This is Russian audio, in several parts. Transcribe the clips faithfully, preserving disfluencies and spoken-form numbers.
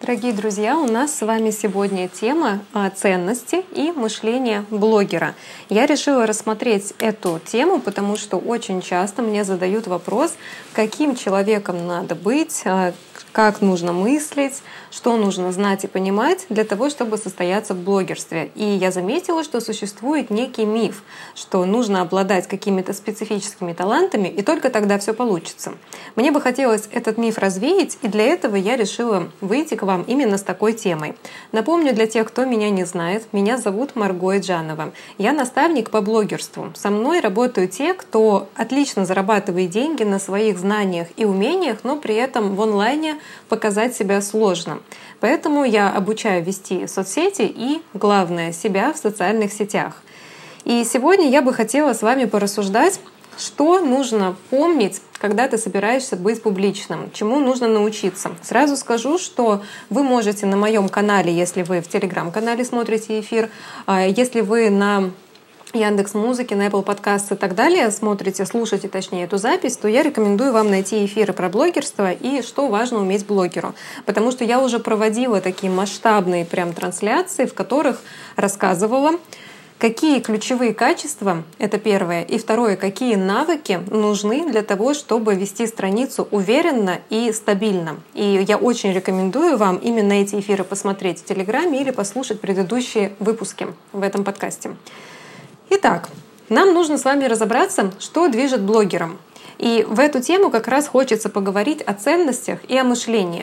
Дорогие друзья, у нас с вами сегодня тема ценности и мышления блогера. Я решила рассмотреть эту тему, потому что очень часто мне задают вопрос, каким человеком надо быть, как нужно мыслить, что нужно знать и понимать для того, чтобы состояться в блогерстве. И я заметила, что существует некий миф, что нужно обладать какими-то специфическими талантами, и только тогда все получится. Мне бы хотелось этот миф развеять, и для этого я решила выйти к вам именно с такой темой. Напомню для тех, кто меня не знает, меня зовут Марго Иджанова. Я наставник по блогерству. Со мной работают те, кто отлично зарабатывает деньги на своих знаниях и умениях, но при этом в онлайне показать себя сложно. Поэтому я обучаю вести соцсети и, главное, себя в социальных сетях. И сегодня я бы хотела с вами порассуждать, что нужно помнить, когда ты собираешься быть публичным, чему нужно научиться. Сразу скажу, что вы можете на моем канале, если вы в Телеграм-канале смотрите эфир, если вы на Яндекс.Музыке, на Apple Podcasts и так далее смотрите, слушаете точнее эту запись, то я рекомендую вам найти эфиры про блогерство и что важно уметь блогеру. Потому что я уже проводила такие масштабные прям трансляции, в которых рассказывала, какие ключевые качества, это первое, и второе, какие навыки нужны для того, чтобы вести страницу уверенно и стабильно. И я очень рекомендую вам именно эти эфиры посмотреть в Телеграме или послушать предыдущие выпуски в этом подкасте. Итак, нам нужно с вами разобраться, что движет блогером. И в эту тему как раз хочется поговорить о ценностях и о мышлении.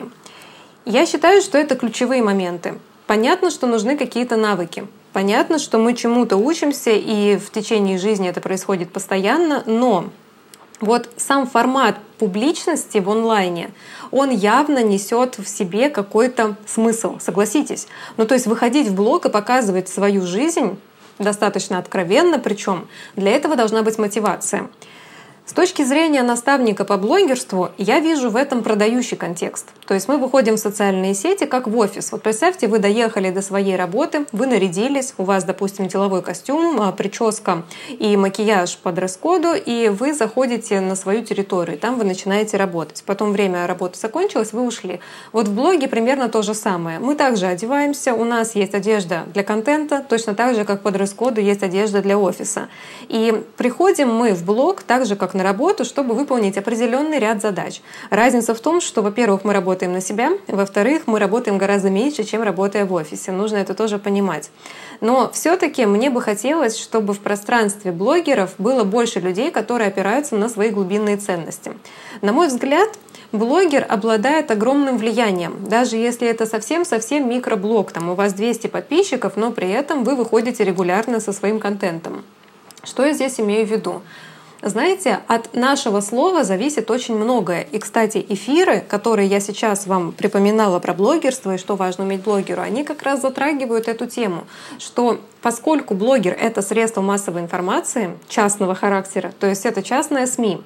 Я считаю, что это ключевые моменты. Понятно, что нужны какие-то навыки. Понятно, что мы чему-то учимся, и в течение жизни это происходит постоянно, но вот сам формат публичности в онлайне, он явно несет в себе какой-то смысл, согласитесь. Ну то есть выходить в блог и показывать свою жизнь достаточно откровенно, причем для этого должна быть мотивация. С точки зрения наставника по блогерству, я вижу в этом продающий контекст. То есть мы выходим в социальные сети как в офис. Вот представьте, вы доехали до своей работы, вы нарядились, у вас, допустим, деловой костюм, прическа и макияж по дресс-коду, и вы заходите на свою территорию, там вы начинаете работать. Потом время работы закончилось, вы ушли. Вот в блоге примерно то же самое. Мы также одеваемся, у нас есть одежда для контента, точно так же, как по дресс-коду есть одежда для офиса. И приходим мы в блог так же, как на работу, чтобы выполнить определенный ряд задач. Разница в том, что, во-первых, мы работаем на себя, во-вторых, мы работаем гораздо меньше, чем работая в офисе. Нужно это тоже понимать. Но все-таки мне бы хотелось, чтобы в пространстве блогеров было больше людей, которые опираются на свои глубинные ценности. На мой взгляд, блогер обладает огромным влиянием. Даже если это совсем-совсем микроблог, там у вас двести подписчиков, но при этом вы выходите регулярно со своим контентом. Что я здесь имею в виду? Знаете, от нашего слова зависит очень многое. И, кстати, эфиры, которые я сейчас вам припоминала про блогерство и что важно уметь блогеру, они как раз затрагивают эту тему, что поскольку блогер — это средство массовой информации частного характера, то есть это частная СМИ,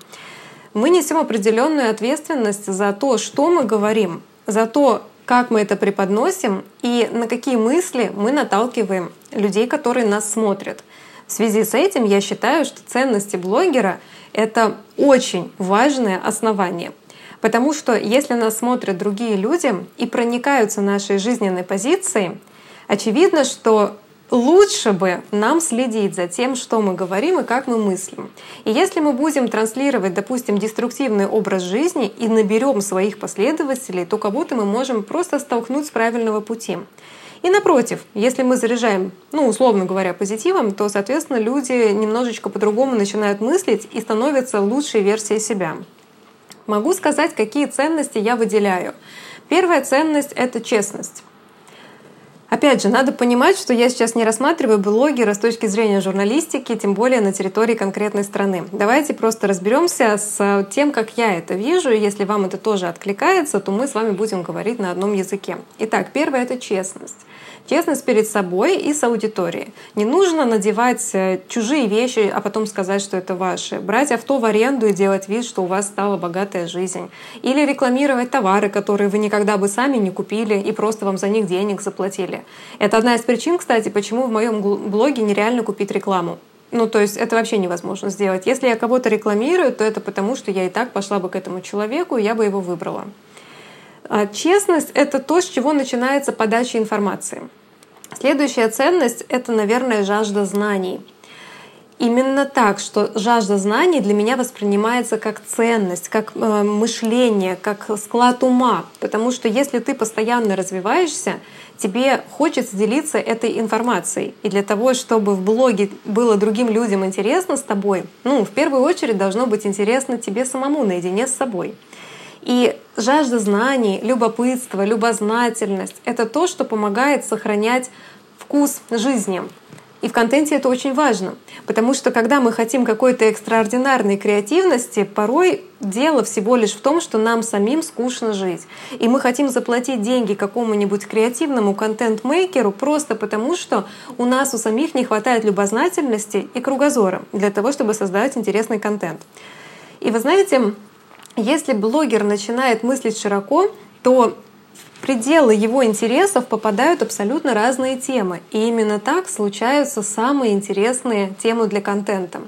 мы несем определенную ответственность за то, что мы говорим, за то, как мы это преподносим и на какие мысли мы наталкиваем людей, которые нас смотрят. В связи с этим я считаю, что ценности блогера — это очень важное основание. Потому что если нас смотрят другие люди и проникаются нашей жизненной позицией, очевидно, что лучше бы нам следить за тем, что мы говорим и как мы мыслим. И если мы будем транслировать, допустим, деструктивный образ жизни и наберем своих последователей, то кого-то мы можем просто столкнуть с правильного пути. И напротив, если мы заряжаем, ну, условно говоря, позитивом, то, соответственно, люди немножечко по-другому начинают мыслить и становятся лучшей версией себя. Могу сказать, какие ценности я выделяю. Первая ценность — это честность. Опять же, надо понимать, что я сейчас не рассматриваю блогера с точки зрения журналистики, тем более на территории конкретной страны. Давайте просто разберемся с тем, как я это вижу, и если вам это тоже откликается, то мы с вами будем говорить на одном языке. Итак, первое — это честность. Честность перед собой и с аудиторией. Не нужно надевать чужие вещи, а потом сказать, что это ваши. Брать авто в аренду и делать вид, что у вас стала богатая жизнь. Или рекламировать товары, которые вы никогда бы сами не купили и просто вам за них денег заплатили. Это одна из причин, кстати, почему в моем блоге нереально купить рекламу. Ну, то есть это вообще невозможно сделать. Если я кого-то рекламирую, то это потому, что я и так пошла бы к этому человеку, и я бы его выбрала. А честность — это то, с чего начинается подача информации. Следующая ценность — это, наверное, жажда знаний. Именно так, что жажда знаний для меня воспринимается как ценность, как э, мышление, как склад ума. Потому что если ты постоянно развиваешься, тебе хочется делиться этой информацией. И для того, чтобы в блоге было другим людям интересно с тобой, ну, в первую очередь должно быть интересно тебе самому наедине с собой. И жажда знаний, любопытство, любознательность — это то, что помогает сохранять вкус жизни. И в контенте это очень важно, потому что когда мы хотим какой-то экстраординарной креативности, порой дело всего лишь в том, что нам самим скучно жить. И мы хотим заплатить деньги какому-нибудь креативному контент-мейкеру просто потому, что у нас у самих не хватает любознательности и кругозора для того, чтобы создавать интересный контент. И вы знаете, если блогер начинает мыслить широко, то в пределы его интересов попадают абсолютно разные темы. И именно так случаются самые интересные темы для контента.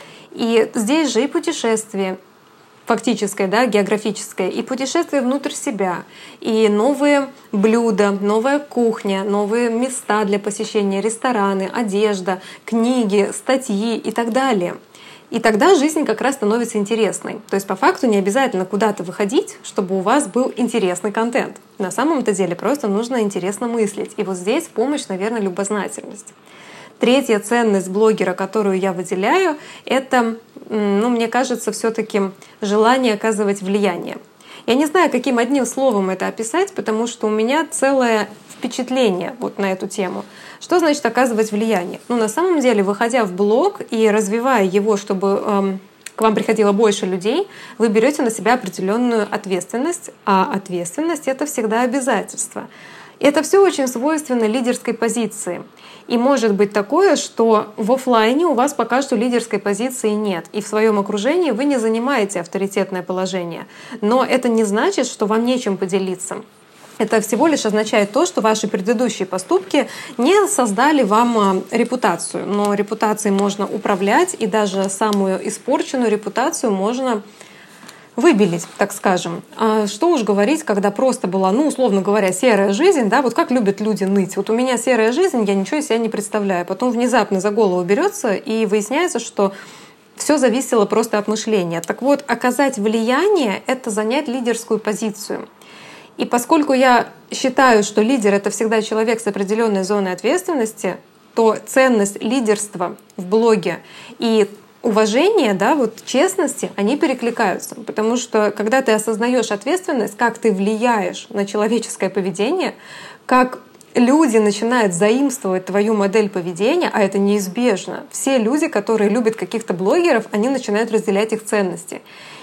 И здесь же и путешествие фактическое, да, географическое, и путешествие внутрь себя, и новые блюда, новая кухня, новые места для посещения, рестораны, одежда, книги, статьи и так далее. И тогда жизнь как раз становится интересной. То есть по факту не обязательно куда-то выходить, чтобы у вас был интересный контент. На самом-то деле просто нужно интересно мыслить. И вот здесь в помощь, наверное, любознательность. Третья ценность блогера, которую я выделяю, это, ну, мне кажется, все-таки желание оказывать влияние. Я не знаю, каким одним словом это описать, потому что у меня целое впечатление вот на эту тему. Что значит оказывать влияние? Ну, на самом деле, выходя в блог и развивая его, чтобы эм, к вам приходило больше людей, вы берете на себя определенную ответственность, а ответственность — это всегда обязательство. Это все очень свойственно лидерской позиции. И может быть такое, что в офлайне у вас пока что лидерской позиции нет, и в своем окружении вы не занимаете авторитетное положение. Но это не значит, что вам нечем поделиться. Это всего лишь означает то, что ваши предыдущие поступки не создали вам репутацию. Но репутацией можно управлять, и даже самую испорченную репутацию можно выбелить, так скажем. А что уж говорить, когда просто была, ну, условно говоря, серая жизнь, да, вот как любят люди ныть. Вот у меня серая жизнь, я ничего из себя не представляю. Потом внезапно за голову берется, и выясняется, что все зависело просто от мышления. Так вот, оказать влияние — это занять лидерскую позицию. И поскольку я считаю, что лидер — это всегда человек с определенной зоной ответственности, то ценность лидерства в блоге и уважение, да, вот честности, они перекликаются. Потому что когда ты осознаешь ответственность, как ты влияешь на человеческое поведение, как люди начинают заимствовать твою модель поведения, а это неизбежно. Все люди, которые любят каких-то блогеров, они начинают разделять их ценности.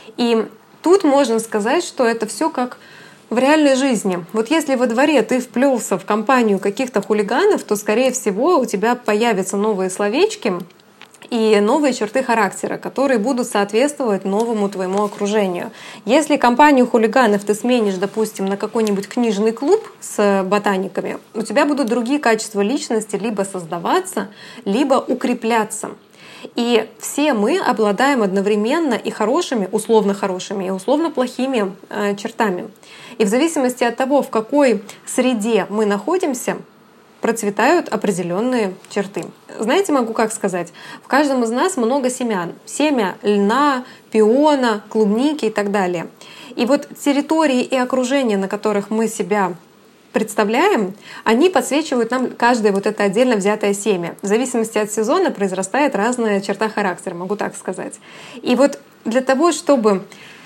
И тут можно сказать, что это все как в реальной жизни. Вот если во дворе ты вплелся в компанию каких-то хулиганов, то, скорее всего, у тебя появятся новые словечки и новые черты характера, которые будут соответствовать новому твоему окружению. Если компанию хулиганов ты сменишь, допустим, на какой-нибудь книжный клуб с ботаниками, у тебя будут другие качества личности либо создаваться, либо укрепляться. И все мы обладаем одновременно и хорошими, условно хорошими, и условно плохими э, чертами. И в зависимости от того, в какой среде мы находимся, процветают определенные черты. Знаете, могу как сказать, в каждом из нас много семян. Семя льна, пиона, клубники и так далее. И вот территории и окружения, на которых мы себя представляем, они подсвечивают нам каждое вот это отдельно взятое семя. В зависимости от сезона произрастает разная черта характера, могу так сказать. И вот для того, чтобы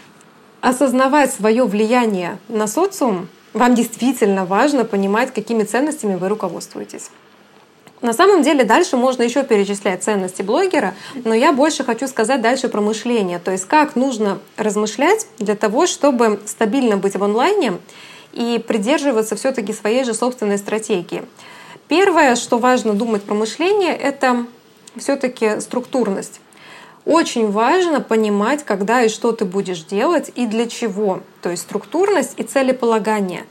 осознавать свое влияние на социум, вам действительно важно понимать, какими ценностями вы руководствуетесь. На самом деле дальше можно еще перечислять ценности блогера, но я больше хочу сказать дальше про мышление. То есть как нужно размышлять для того, чтобы стабильно быть в онлайне и придерживаться все-таки своей же собственной стратегии. Первое, что важно думать про мышление, это все-таки структурность. Очень важно понимать, когда и что ты будешь делать и для чего. То есть структурность и целеполагание.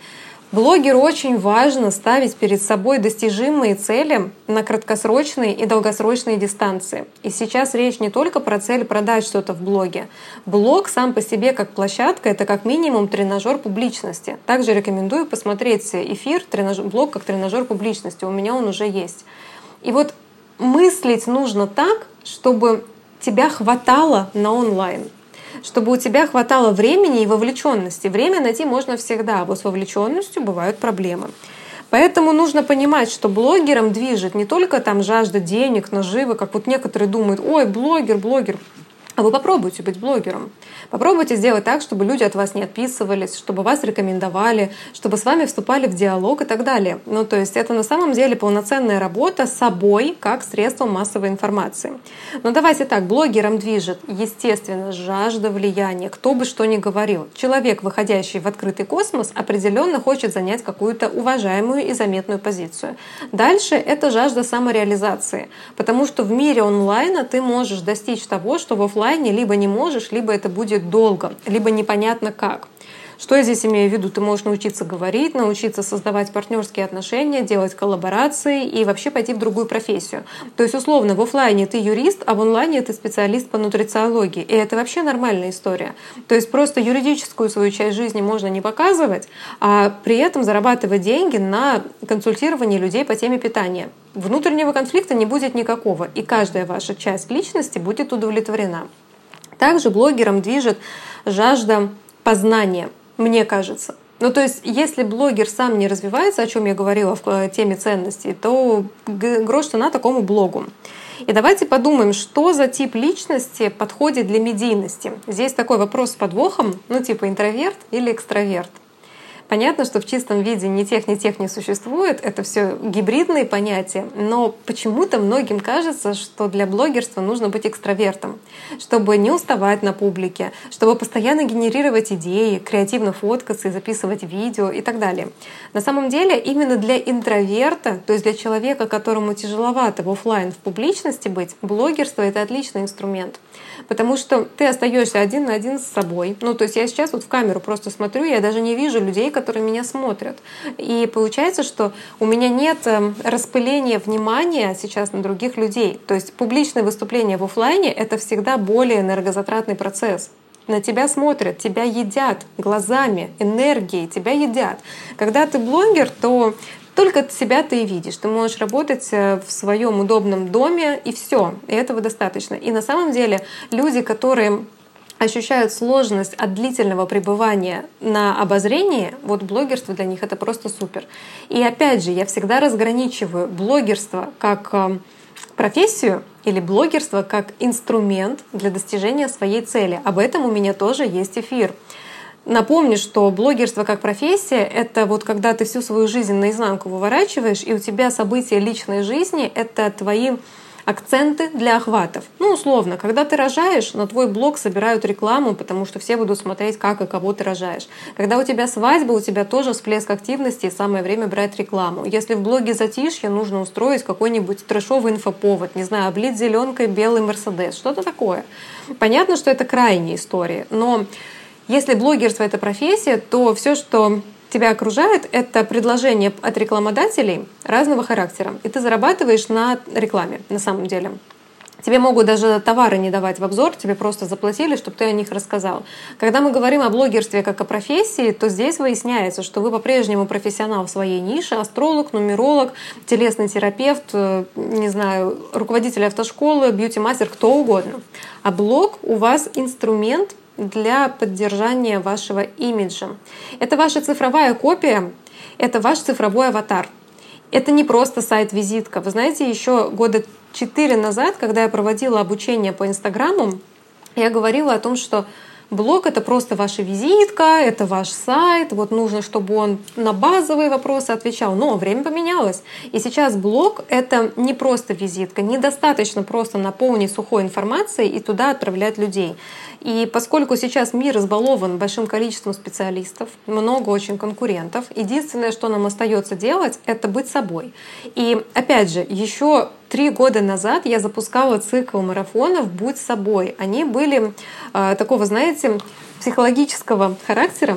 Блогеру очень важно ставить перед собой достижимые цели на краткосрочные и долгосрочные дистанции. И сейчас речь не только про цель продать что-то в блоге. Блог сам по себе как площадка — это как минимум тренажер публичности. Также рекомендую посмотреть эфир тренажер, блог как тренажер публичности. У меня он уже есть. И вот мыслить нужно так, чтобы тебя хватало на онлайн. Чтобы у тебя хватало времени и вовлеченности. Время найти можно всегда, а вот с вовлеченностью бывают проблемы. Поэтому нужно понимать, что блогером движет не только там жажда денег, наживы, как вот некоторые думают: ой, блогер, блогер. А вы попробуйте быть блогером. Попробуйте сделать так, чтобы люди от вас не отписывались, чтобы вас рекомендовали, чтобы с вами вступали в диалог и так далее. Ну, то есть это на самом деле полноценная работа с собой как средством массовой информации. Но давайте так, блогером движет, естественно, жажда влияния, кто бы что ни говорил. Человек, выходящий в открытый космос, определенно хочет занять какую-то уважаемую и заметную позицию. Дальше это жажда самореализации, потому что в мире онлайна ты можешь достичь того, что в офлайне либо не можешь, либо это будет долго, либо непонятно как. Что я здесь имею в виду? Ты можешь научиться говорить, научиться создавать партнерские отношения, делать коллаборации и вообще пойти в другую профессию. То есть, условно, в офлайне ты юрист, а в онлайне ты специалист по нутрициологии. И это вообще нормальная история. То есть просто юридическую свою часть жизни можно не показывать, а при этом зарабатывать деньги на консультировании людей по теме питания. Внутреннего конфликта не будет никакого, и каждая ваша часть личности будет удовлетворена. Также блогером движет жажда познания, мне кажется. Ну, то есть, если блогер сам не развивается, о чем я говорила в теме ценностей, то грош цена такому блогу. И давайте подумаем, что за тип личности подходит для медийности. Здесь такой вопрос с подвохом, ну типа интроверт или экстраверт. Понятно, что в чистом виде ни тех, ни тех не существует, это все гибридные понятия, но почему-то многим кажется, что для блогерства нужно быть экстравертом, чтобы не уставать на публике, чтобы постоянно генерировать идеи, креативно фоткаться и записывать видео и так далее. На самом деле именно для интроверта, то есть для человека, которому тяжеловато в офлайн в публичности быть, блогерство — это отличный инструмент. Потому что ты остаешься один на один с собой. Ну, то есть я сейчас вот в камеру просто смотрю, я даже не вижу людей, которые меня смотрят. И получается, что у меня нет распыления внимания сейчас на других людей. То есть публичное выступление в офлайне — это всегда более энергозатратный процесс. На тебя смотрят, тебя едят глазами, энергией, тебя едят. Когда ты блогер, то только себя ты и видишь. Ты можешь работать в своем удобном доме, и все. И этого достаточно. И на самом деле люди, которые ощущают сложность от длительного пребывания на обозрении, вот блогерство для них — это просто супер. И опять же, я всегда разграничиваю блогерство как профессию или блогерство как инструмент для достижения своей цели. Об этом у меня тоже есть эфир. Напомню, что блогерство как профессия — это вот когда ты всю свою жизнь наизнанку выворачиваешь, и у тебя события личной жизни — это твои акценты для охватов. Ну, условно, когда ты рожаешь, на твой блог собирают рекламу, потому что все будут смотреть, как и кого ты рожаешь. Когда у тебя свадьба, у тебя тоже всплеск активности, и самое время брать рекламу. Если в блоге затишье, нужно устроить какой-нибудь трэшовый инфоповод, не знаю, облить зеленкой белый Мерседес, что-то такое. Понятно, что это крайние истории, но если блогерство — это профессия, то все, что тебя окружает, это предложения от рекламодателей разного характера. И ты зарабатываешь на рекламе на самом деле. Тебе могут даже товары не давать в обзор, тебе просто заплатили, чтобы ты о них рассказал. Когда мы говорим о блогерстве как о профессии, то здесь выясняется, что вы по-прежнему профессионал в своей нише: астролог, нумеролог, телесный терапевт, не знаю, руководитель автошколы, бьюти-мастер, кто угодно. А блог у вас инструмент для поддержания вашего имиджа. Это ваша цифровая копия, это ваш цифровой аватар. Это не просто сайт-визитка. Вы знаете, еще года четыре назад, когда я проводила обучение по Инстаграму, я говорила о том, что блог — это просто ваша визитка, это ваш сайт, вот нужно, чтобы он на базовые вопросы отвечал. Но время поменялось. И сейчас блог — это не просто визитка, недостаточно просто наполнить сухой информацией и туда отправлять людей. И поскольку сейчас мир избалован большим количеством специалистов, много очень конкурентов, единственное, что нам остается делать, это быть собой. И опять же, еще три года назад я запускала цикл марафонов «Будь собой». Они были э, такого, знаете, психологического характера.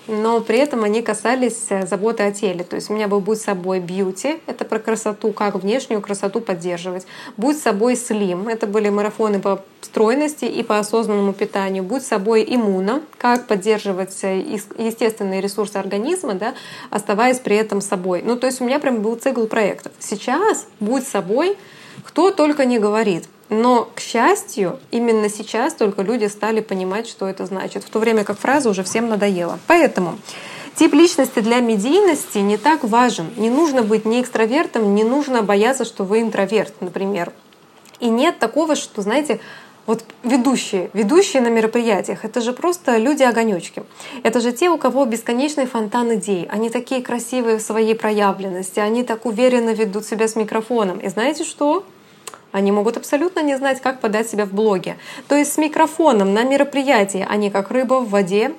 но при этом они касались заботы о теле. То есть у меня был «Будь собой бьюти», это про красоту, как внешнюю красоту поддерживать. «Будь собой слим», это были марафоны по стройности и по осознанному питанию. «Будь собой иммуно», как поддерживать естественные ресурсы организма, да, оставаясь при этом собой. Ну, то есть у меня прям был цикл проектов. Сейчас «Будь собой», кто только не говорит. Но, к счастью, именно сейчас только люди стали понимать, что это значит, в то время как фраза уже всем надоела. Поэтому тип личности для медийности не так важен. Не нужно быть ни экстравертом, не нужно бояться, что вы интроверт, например. И нет такого, что, знаете, вот ведущие, ведущие на мероприятиях, это же просто люди-огонечки. Это же те, у кого бесконечный фонтан идей. Они такие красивые в своей проявленности, они так уверенно ведут себя с микрофоном. И знаете что? Они могут абсолютно не знать, как подать себя в блоге. То есть с микрофоном на мероприятии они как рыба в воде,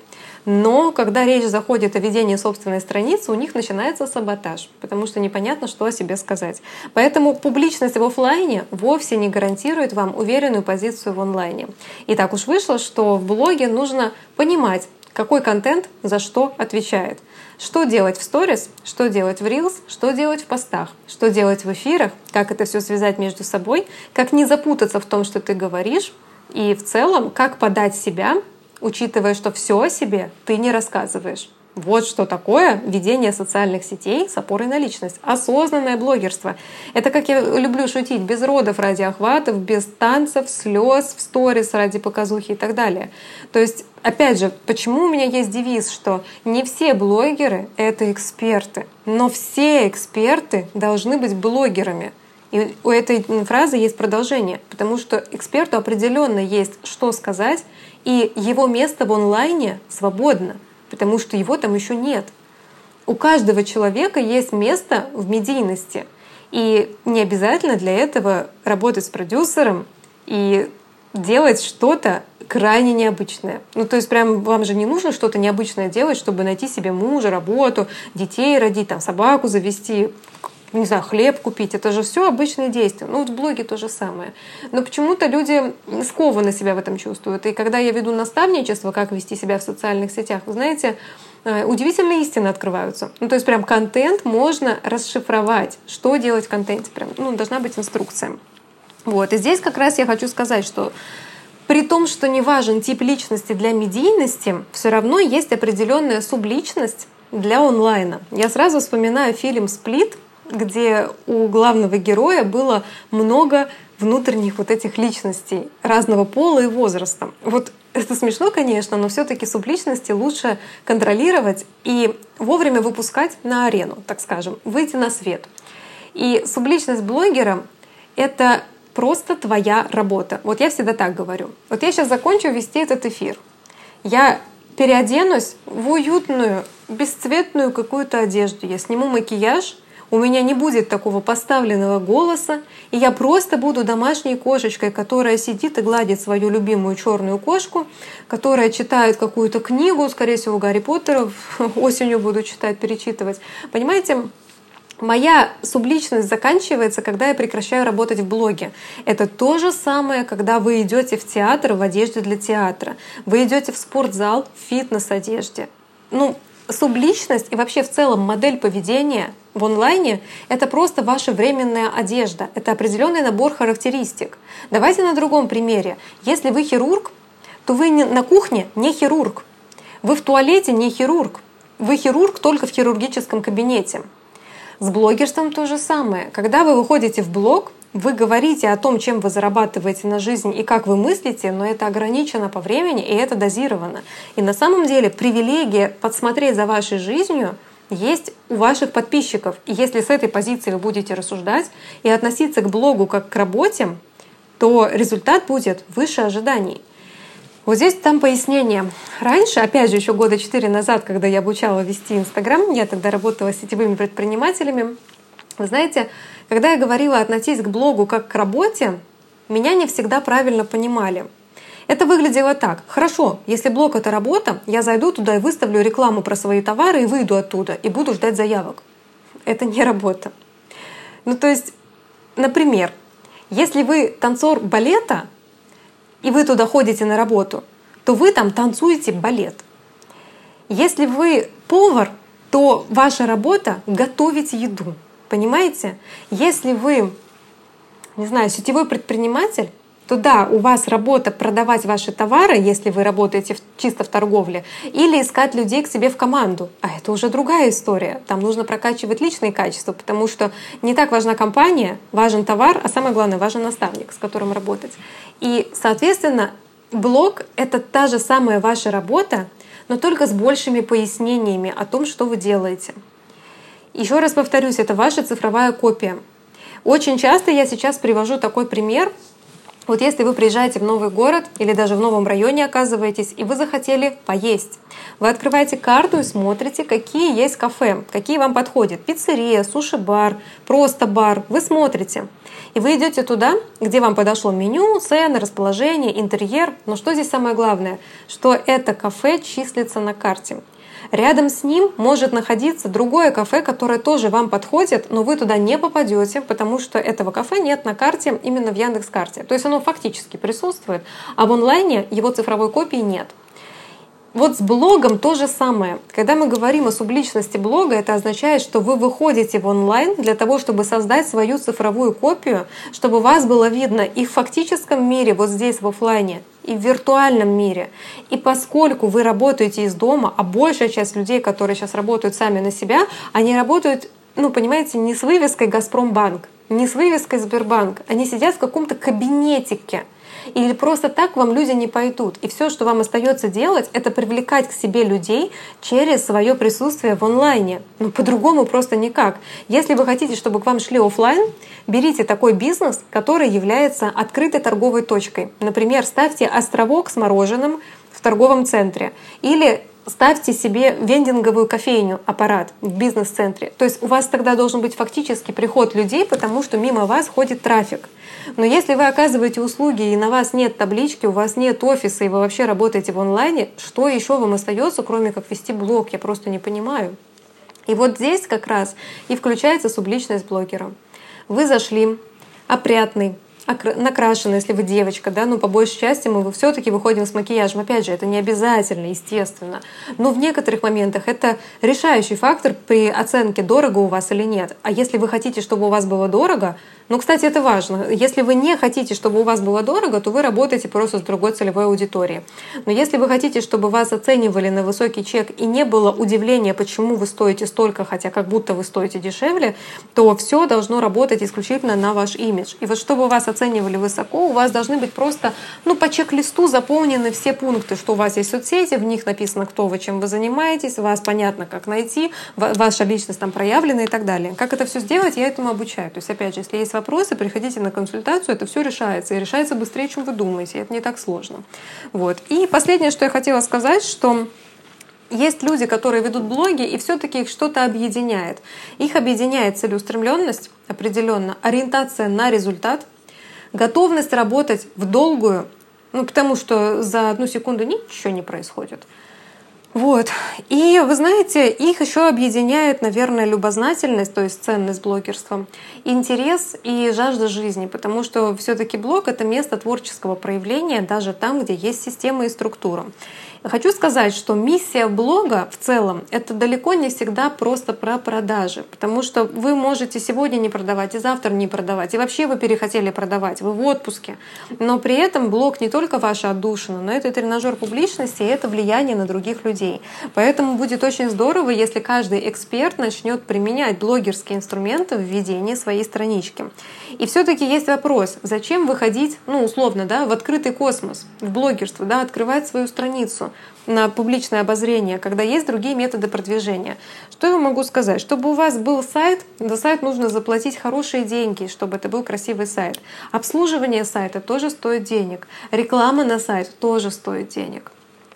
но когда речь заходит о ведении собственной страницы, у них начинается саботаж, потому что непонятно, что о себе сказать. Поэтому публичность в офлайне вовсе не гарантирует вам уверенную позицию в онлайне. И так уж вышло, что в блоге нужно понимать, какой контент за что отвечает. Что делать в сторис, что делать в рилс, что делать в постах, что делать в эфирах, как это все связать между собой, как не запутаться в том, что ты говоришь, и в целом, как подать себя, учитывая, что все о себе ты не рассказываешь. Вот что такое ведение социальных сетей с опорой на личность. Осознанное блогерство. Это, как я люблю шутить, без родов ради охватов, без танцев, слез в сторис ради показухи и так далее. То есть, опять же, почему у меня есть девиз, что не все блогеры — это эксперты, но все эксперты должны быть блогерами. И у этой фразы есть продолжение, потому что эксперту определенно есть что сказать, и его место в онлайне свободно, потому что его там еще нет. У каждого человека есть место в медийности. И не обязательно для этого работать с продюсером и делать что-то крайне необычное. Ну, то есть прям вам же не нужно что-то необычное делать, чтобы найти себе мужа, работу, детей родить, там, собаку завести, не знаю, хлеб купить. Это же все обычные действия. Ну вот в блоге то же самое. Но почему-то люди скованно себя в этом чувствуют. И когда я веду наставничество, как вести себя в социальных сетях, вы знаете, удивительные истины открываются. Ну то есть прям контент можно расшифровать. Что делать в контенте? Прям, ну, должна быть инструкция. Вот. И здесь как раз я хочу сказать, что при том, что не важен тип личности для медийности, все равно есть определенная субличность для онлайна. Я сразу вспоминаю фильм «Сплит», где у главного героя было много внутренних вот этих личностей разного пола и возраста. Вот это смешно, конечно, но все-таки субличности лучше контролировать и вовремя выпускать на арену, так скажем, выйти на свет. И субличность блогера — это просто твоя работа. Вот я всегда так говорю. Вот я сейчас закончу вести этот эфир. Я переоденусь в уютную, бесцветную какую-то одежду. Я сниму макияж, у меня не будет такого поставленного голоса, и я просто буду домашней кошечкой, которая сидит и гладит свою любимую черную кошку, которая читает какую-то книгу, скорее всего, Гарри Поттера, осенью буду читать, перечитывать. Понимаете? Моя субличность заканчивается, когда я прекращаю работать в блоге. Это то же самое, когда вы идете в театр в одежде для театра. Вы идете в спортзал в фитнес-одежде. Ну, субличность и вообще в целом модель поведения в онлайне — это просто ваша временная одежда. Это определенный набор характеристик. Давайте на другом примере. Если вы хирург, то вы на кухне не хирург. Вы в туалете не хирург. Вы хирург только в хирургическом кабинете. С блогерством то же самое. Когда вы выходите в блог, вы говорите о том, чем вы зарабатываете на жизнь и как вы мыслите, но это ограничено по времени и это дозировано. И на самом деле привилегия подсмотреть за вашей жизнью есть у ваших подписчиков. И если с этой позиции вы будете рассуждать и относиться к блогу как к работе, то результат будет выше ожиданий. Вот здесь там пояснение. Раньше, опять же, еще года четыре назад, когда я обучала вести Инстаграм, я тогда работала с сетевыми предпринимателями. Вы знаете, когда я говорила относиться к блогу как к работе, меня не всегда правильно понимали. Это выглядело так. Хорошо, если блог — это работа, я зайду туда и выставлю рекламу про свои товары и выйду оттуда, и буду ждать заявок. Это не работа. Ну то есть, например, если вы танцор балета, и вы туда ходите на работу, то вы там танцуете балет. Если вы повар, то ваша работа — готовить еду. Понимаете? Если вы, не знаю, сетевой предприниматель, то да, у вас работа продавать ваши товары, если вы работаете в, чисто в торговле, или искать людей к себе в команду. А это уже другая история. Там нужно прокачивать личные качества, потому что не так важна компания, важен товар, а самое главное, важен наставник, с которым работать. И, соответственно, блог — это та же самая ваша работа, но только с большими пояснениями о том, что вы делаете. Еще раз повторюсь, это ваша цифровая копия. Очень часто я сейчас привожу такой пример. Вот если вы приезжаете в новый город или даже в новом районе оказываетесь, и вы захотели поесть, вы открываете карту и смотрите, какие есть кафе, какие вам подходят. Пиццерия, суши-бар, просто бар. Вы смотрите. И вы идете туда, где вам подошло меню, цены, расположение, интерьер. Но что здесь самое главное? Что это кафе числится на карте. Рядом с ним может находиться другое кафе, которое тоже вам подходит, но вы туда не попадете, потому что этого кафе нет на карте именно в Яндекс.Карте. То есть оно фактически присутствует, а в онлайне его цифровой копии нет. Вот с блогом то же самое. Когда мы говорим о субличности блога, это означает, что вы выходите в онлайн для того, чтобы создать свою цифровую копию, чтобы вас было видно и в фактическом мире, вот здесь в офлайне, и в виртуальном мире. И поскольку вы работаете из дома, а большая часть людей, которые сейчас работают сами на себя, они работают, ну понимаете, не с вывеской «Газпромбанк», не с вывеской «Сбербанк», они сидят в каком-то кабинетике. Или просто так вам люди не пойдут. И все, что вам остается делать, это привлекать к себе людей через свое присутствие в онлайне. Ну, по-другому просто никак. Если вы хотите, чтобы к вам шли офлайн, берите такой бизнес, который является открытой торговой точкой. Например, ставьте островок с мороженым в торговом центре. Или ставьте себе вендинговую кофейню, аппарат в бизнес-центре. То есть у вас тогда должен быть фактически приход людей, потому что мимо вас ходит трафик. Но если вы оказываете услуги и на вас нет таблички, у вас нет офиса и вы вообще работаете в онлайне, что еще вам остается, кроме как вести блог? Я просто не понимаю. И вот здесь как раз и включается субличность блогера. Вы зашли, опрятный, накрашены, если вы девочка, да, но по большей части мы все-таки выходим с макияжем. Опять же, это не обязательно, естественно. Но в некоторых моментах это решающий фактор при оценке, дорого у вас или нет. А если вы хотите, чтобы у вас было дорого, ну, кстати, это важно. Если вы не хотите, чтобы у вас было дорого, то вы работаете просто с другой целевой аудиторией. Но если вы хотите, чтобы вас оценивали на высокий чек и не было удивления, почему вы стоите столько, хотя как будто вы стоите дешевле, то все должно работать исключительно на ваш имидж. И вот чтобы вас оценивали высоко, у вас должны быть просто, ну, по чек-листу заполнены все пункты, что у вас есть соцсети, в них написано, кто вы, чем вы занимаетесь, вас понятно, как найти, ваша личность там проявлена и так далее. Как это все сделать, я этому обучаю. То есть, опять же, если есть вопросы, приходите на консультацию, это все решается. И решается быстрее, чем вы думаете. Это не так сложно. Вот. И последнее, что я хотела сказать, что есть люди, которые ведут блоги, и все-таки их что-то объединяет. Их объединяет целеустремленность определенно, ориентация на результат, готовность работать в долгую, ну, потому что за одну секунду ничего не происходит. Вот. И вы знаете, их еще объединяет, наверное, любознательность, то есть ценность блогерства, интерес и жажда жизни, потому что все-таки блог — это место творческого проявления даже там, где есть система и структура. Хочу сказать, что миссия блога в целом — это далеко не всегда просто про продажи, потому что вы можете сегодня не продавать и завтра не продавать, и вообще вы перехотели продавать, вы в отпуске. Но при этом блог не только ваша отдушина, но это тренажер публичности, и это влияние на других людей. Поэтому будет очень здорово, если каждый эксперт начнет применять блогерские инструменты в ведении своей странички. И все-таки есть вопрос, зачем выходить, ну условно, да, в открытый космос, в блогерство, да, открывать свою страницу на публичное обозрение, когда есть другие методы продвижения. Что я могу сказать? Чтобы у вас был сайт, за сайт нужно заплатить хорошие деньги, чтобы это был красивый сайт. Обслуживание сайта тоже стоит денег. Реклама на сайт тоже стоит денег.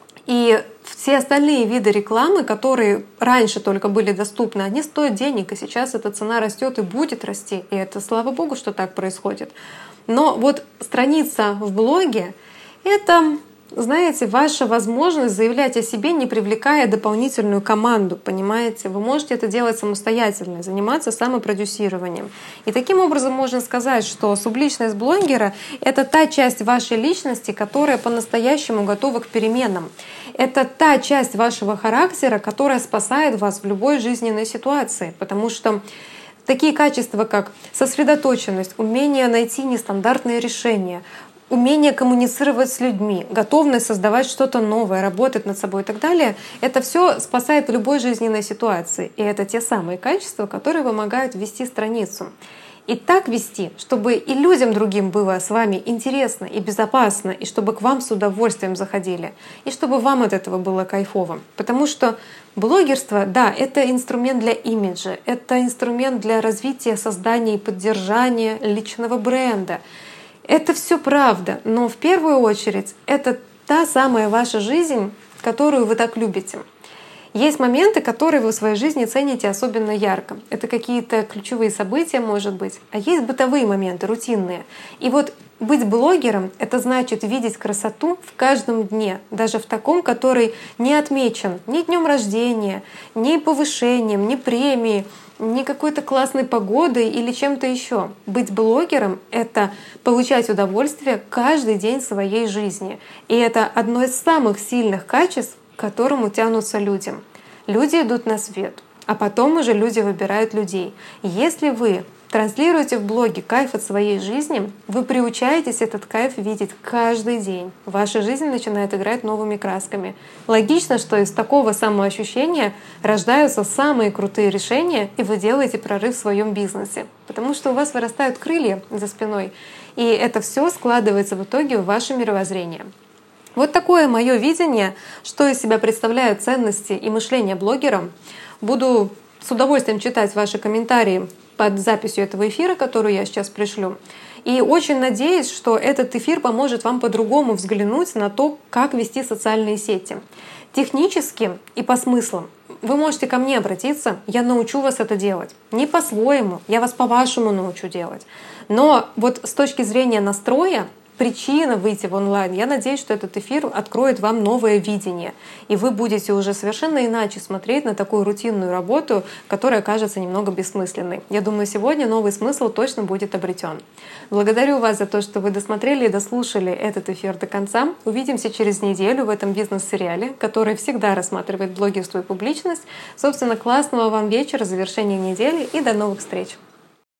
И все остальные виды рекламы, которые раньше только были доступны, они стоят денег, и сейчас эта цена растет и будет расти. И это, слава богу, что так происходит. Но вот страница в блоге — это знаете, ваша возможность заявлять о себе, не привлекая дополнительную команду, понимаете? Вы можете это делать самостоятельно, заниматься самопродюсированием. И таким образом можно сказать, что субличность блогера — это та часть вашей личности, которая по-настоящему готова к переменам. Это та часть вашего характера, которая спасает вас в любой жизненной ситуации, потому что такие качества, как сосредоточенность, умение найти нестандартные решения, умение коммуницировать с людьми, готовность создавать что-то новое, работать над собой и так далее, это все спасает в любой жизненной ситуации. И это те самые качества, которые помогают вести страницу. И так вести, чтобы и людям другим было с вами интересно и безопасно, и чтобы к вам с удовольствием заходили, и чтобы вам от этого было кайфово. Потому что блогерство, да, это инструмент для имиджа, это инструмент для развития, создания и поддержания личного бренда. Это все правда, но в первую очередь это та самая ваша жизнь, которую вы так любите. Есть моменты, которые вы в своей жизни цените особенно ярко. Это какие-то ключевые события, может быть. А есть бытовые моменты, рутинные. И вот быть блогером — это значит видеть красоту в каждом дне, даже в таком, который не отмечен ни днем рождения, ни повышением, ни премией, ни какой-то классной погодой или чем-то еще. Быть блогером — это получать удовольствие каждый день своей жизни. И это одно из самых сильных качеств, к которому тянутся людям. Люди идут на свет, а потом уже люди выбирают людей. Если вы транслируете в блоге кайф от своей жизни, вы приучаетесь этот кайф видеть каждый день. Ваша жизнь начинает играть новыми красками. Логично, что из такого самоощущения рождаются самые крутые решения, и вы делаете прорыв в своем бизнесе. Потому что у вас вырастают крылья за спиной, и это все складывается в итоге в ваше мировоззрение. Вот такое мое видение, что из себя представляют ценности и мышление блогера. Буду с удовольствием читать ваши комментарии под записью этого эфира, которую я сейчас пришлю. И очень надеюсь, что этот эфир поможет вам по-другому взглянуть на то, как вести социальные сети. Технически и по смыслам вы можете ко мне обратиться, я научу вас это делать. Не по-своему, я вас по-вашему научу делать. Но вот с точки зрения настроя, причина выйти в онлайн, я надеюсь, что этот эфир откроет вам новое видение, и вы будете уже совершенно иначе смотреть на такую рутинную работу, которая кажется немного бессмысленной. Я думаю, сегодня новый смысл точно будет обретен. Благодарю вас за то, что вы досмотрели и дослушали этот эфир до конца. Увидимся через неделю в этом бизнес-сериале, который всегда рассматривает блогерство и публичность. Собственно, классного вам вечера, завершения недели и до новых встреч!